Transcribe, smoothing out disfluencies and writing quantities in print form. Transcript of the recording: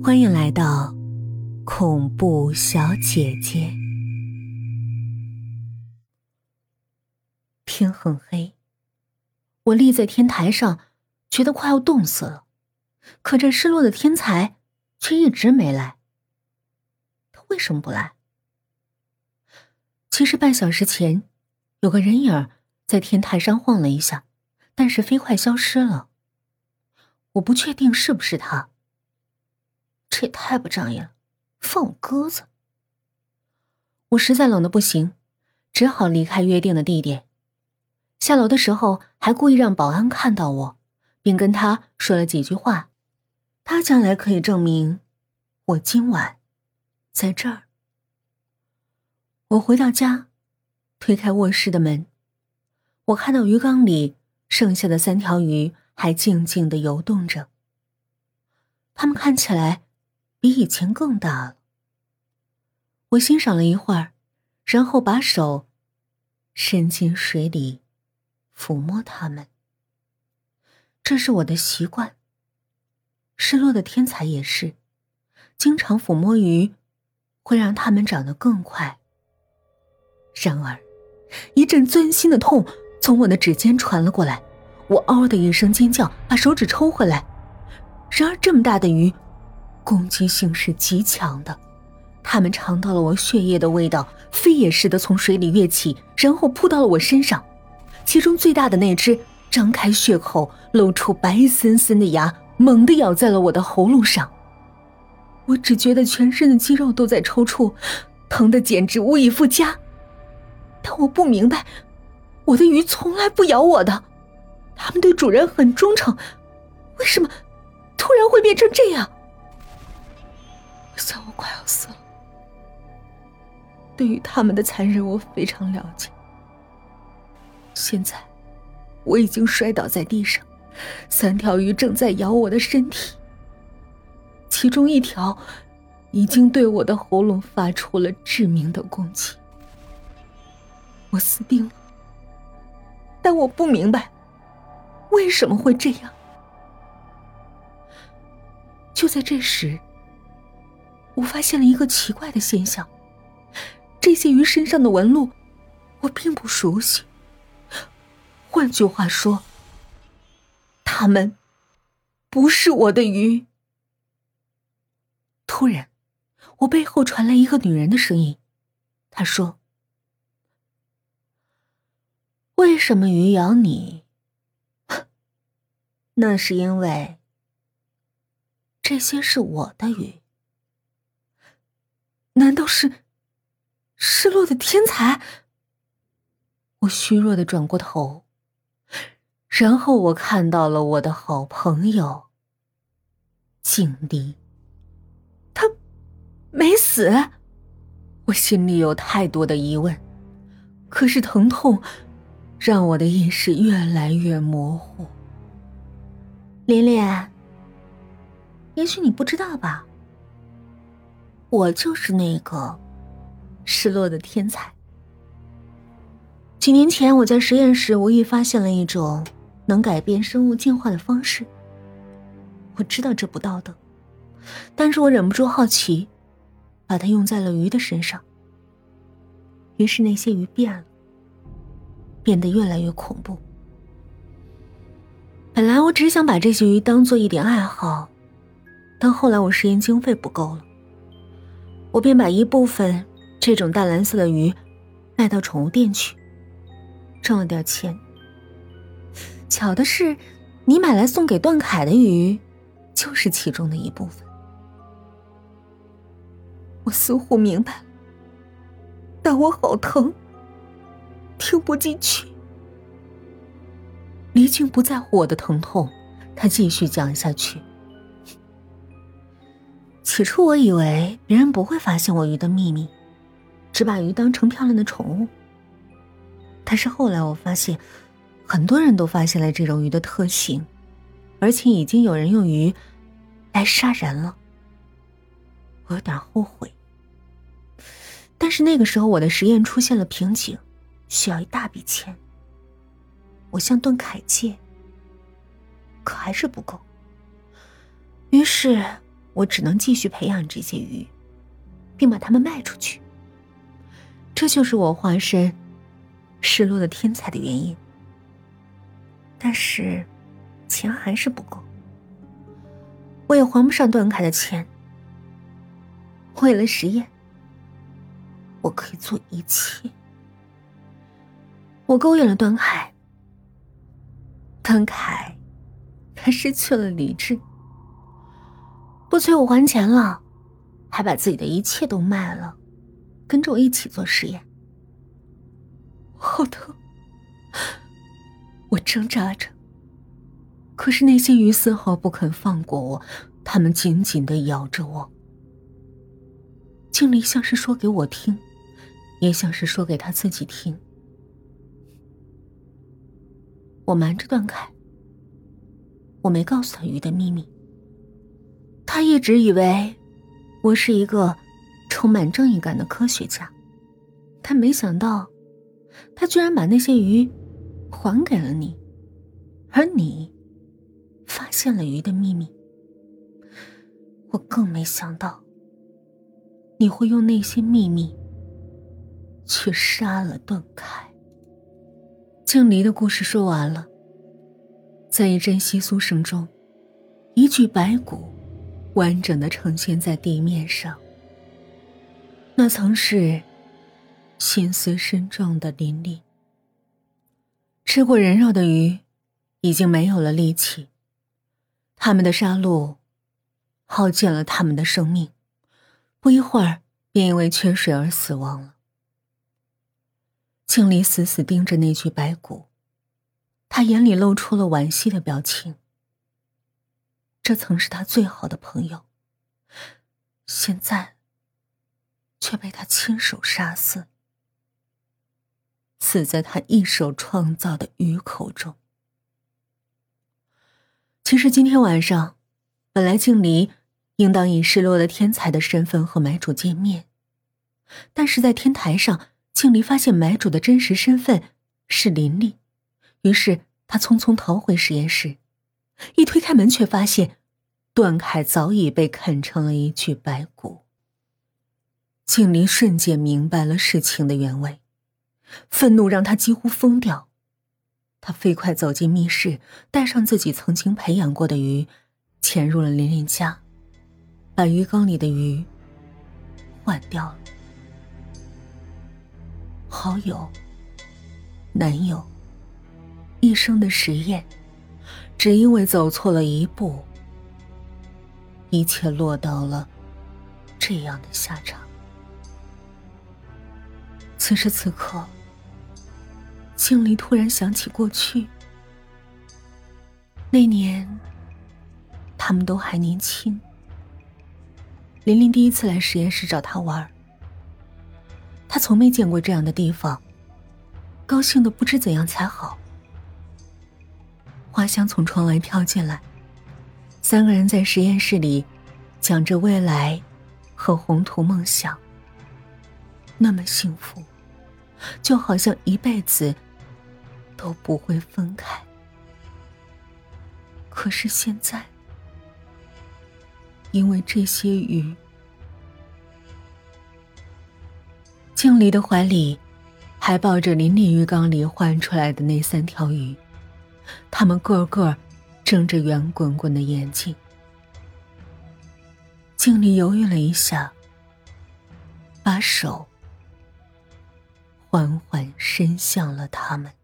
欢迎来到恐怖小姐姐。天很黑，我立在天台上，觉得快要冻死了。可这失落的天才却一直没来。他为什么不来？其实半小时前，有个人影在天台上晃了一下，但是飞快消失了。我不确定是不是他。这也太不仗义了，放我鸽子！我实在冷得不行，只好离开约定的地点。下楼的时候还故意让保安看到我，并跟他说了几句话。他将来可以证明我今晚在这儿。我回到家，推开卧室的门，我看到鱼缸里剩下的3条鱼还静静地游动着。它们看起来比以前更大了。我欣赏了一会儿，然后把手伸进水里抚摸它们。这是我的习惯。失落的天才也是，经常抚摸鱼会让它们长得更快。然而一阵钻心的痛从我的指尖传了过来，我嗷的一声尖叫，把手指抽回来。然而这么大的鱼攻击性是极强的，它们尝到了我血液的味道，飞也似的从水里跃起，然后扑到了我身上。其中最大的那只张开血口，露出白森森的牙，猛地咬在了我的喉咙上。我只觉得全身的肌肉都在抽搐，疼得简直无以复加。但我不明白，我的鱼从来不咬我的，它们对主人很忠诚，为什么突然会变成这样？我想我快要死了。对于他们的残忍我非常了解。现在我已经摔倒在地上，3条鱼正在咬我的身体，其中1条已经对我的喉咙发出了致命的攻击。我死定了，但我不明白为什么会这样。就在这时，我发现了一个奇怪的现象，这些鱼身上的纹路我并不熟悉。换句话说，它们不是我的鱼。突然，我背后传来一个女人的声音，她说：为什么鱼咬你？那是因为这些是我的鱼。难道是失落的天才？我虚弱地转过头，然后我看到了我的好朋友静离。他没死？我心里有太多的疑问，可是疼痛让我的意识越来越模糊。琳琳，也许你不知道吧，我就是那个失落的天才。几年前我在实验室无意发现了一种能改变生物进化的方式。我知道这不道德，但是我忍不住好奇，把它用在了鱼的身上。于是那些鱼变了，变得越来越恐怖。本来我只想把这些鱼当做一点爱好，但后来我实验经费不够了，我便把一部分这种淡蓝色的鱼卖到宠物店去，挣了点钱。巧的是，你买来送给段凯的鱼就是其中的一部分。我似乎明白了，但我好疼，听不进去。黎静不在乎我的疼痛，他继续讲下去。起初我以为别人不会发现我鱼的秘密，只把鱼当成漂亮的宠物。但是后来我发现，很多人都发现了这种鱼的特性，而且已经有人用鱼来杀人了。我有点后悔。但是那个时候我的实验出现了瓶颈，需要一大笔钱。我向段凯借，可还是不够。于是我只能继续培养这些鱼，并把它们卖出去。这就是我化身失落的天才的原因。但是钱还是不够，我也还不上段凯的钱。为了实验，我可以做一切。我勾引了段凯，段凯他失去了理智，不催我还钱了，还把自己的一切都卖了，跟着我一起做实验。我好疼，我挣扎着，可是那些鱼丝毫不肯放过我，它们紧紧地咬着我。经理像是说给我听，也像是说给他自己听。我瞒着段凯，我没告诉他鱼的秘密。他一直以为我是一个充满正义感的科学家，但没想到他居然把那些鱼还给了你，而你发现了鱼的秘密。我更没想到你会用那些秘密去杀了段凯。静离的故事说完了，在一阵窸窣声中，一具白骨完整地呈现在地面上。那曾是心思深重的琳琳。吃过人肉的鱼已经没有了力气，他们的杀戮耗尽了他们的生命，不一会儿便因为缺水而死亡了。静离死死盯着那具白骨，他眼里露出了惋惜的表情。这曾是他最好的朋友，现在却被他亲手杀死，死在他一手创造的鱼口中。其实今天晚上，本来静离应当以失落的天才的身份和买主见面，但是在天台上，静离发现买主的真实身份是琳琳，于是他匆匆逃回实验室，一推开门却发现段凯早已被啃成了一具白骨。静离瞬间明白了事情的原委，愤怒让他几乎疯掉。他飞快走进密室，带上自己曾经培养过的鱼，潜入了琳琳家，把鱼缸里的鱼换掉了。好友、男友，一生的实验，只因为走错了一步，一切落到了这样的下场。此时此刻，静离突然想起过去。那年他们都还年轻，琳琳第一次来实验室找他玩，他从没见过这样的地方，高兴得不知怎样才好。花香从窗外飘进来，三个人在实验室里讲着未来和宏图梦想，那么幸福，就好像一辈子都不会分开。可是现在，因为这些鱼，静离的怀里还抱着琳琳鱼缸里换出来的那3条鱼，它们个个睁着圆滚滚的眼睛。静离犹豫了一下，把手缓缓伸向了他们。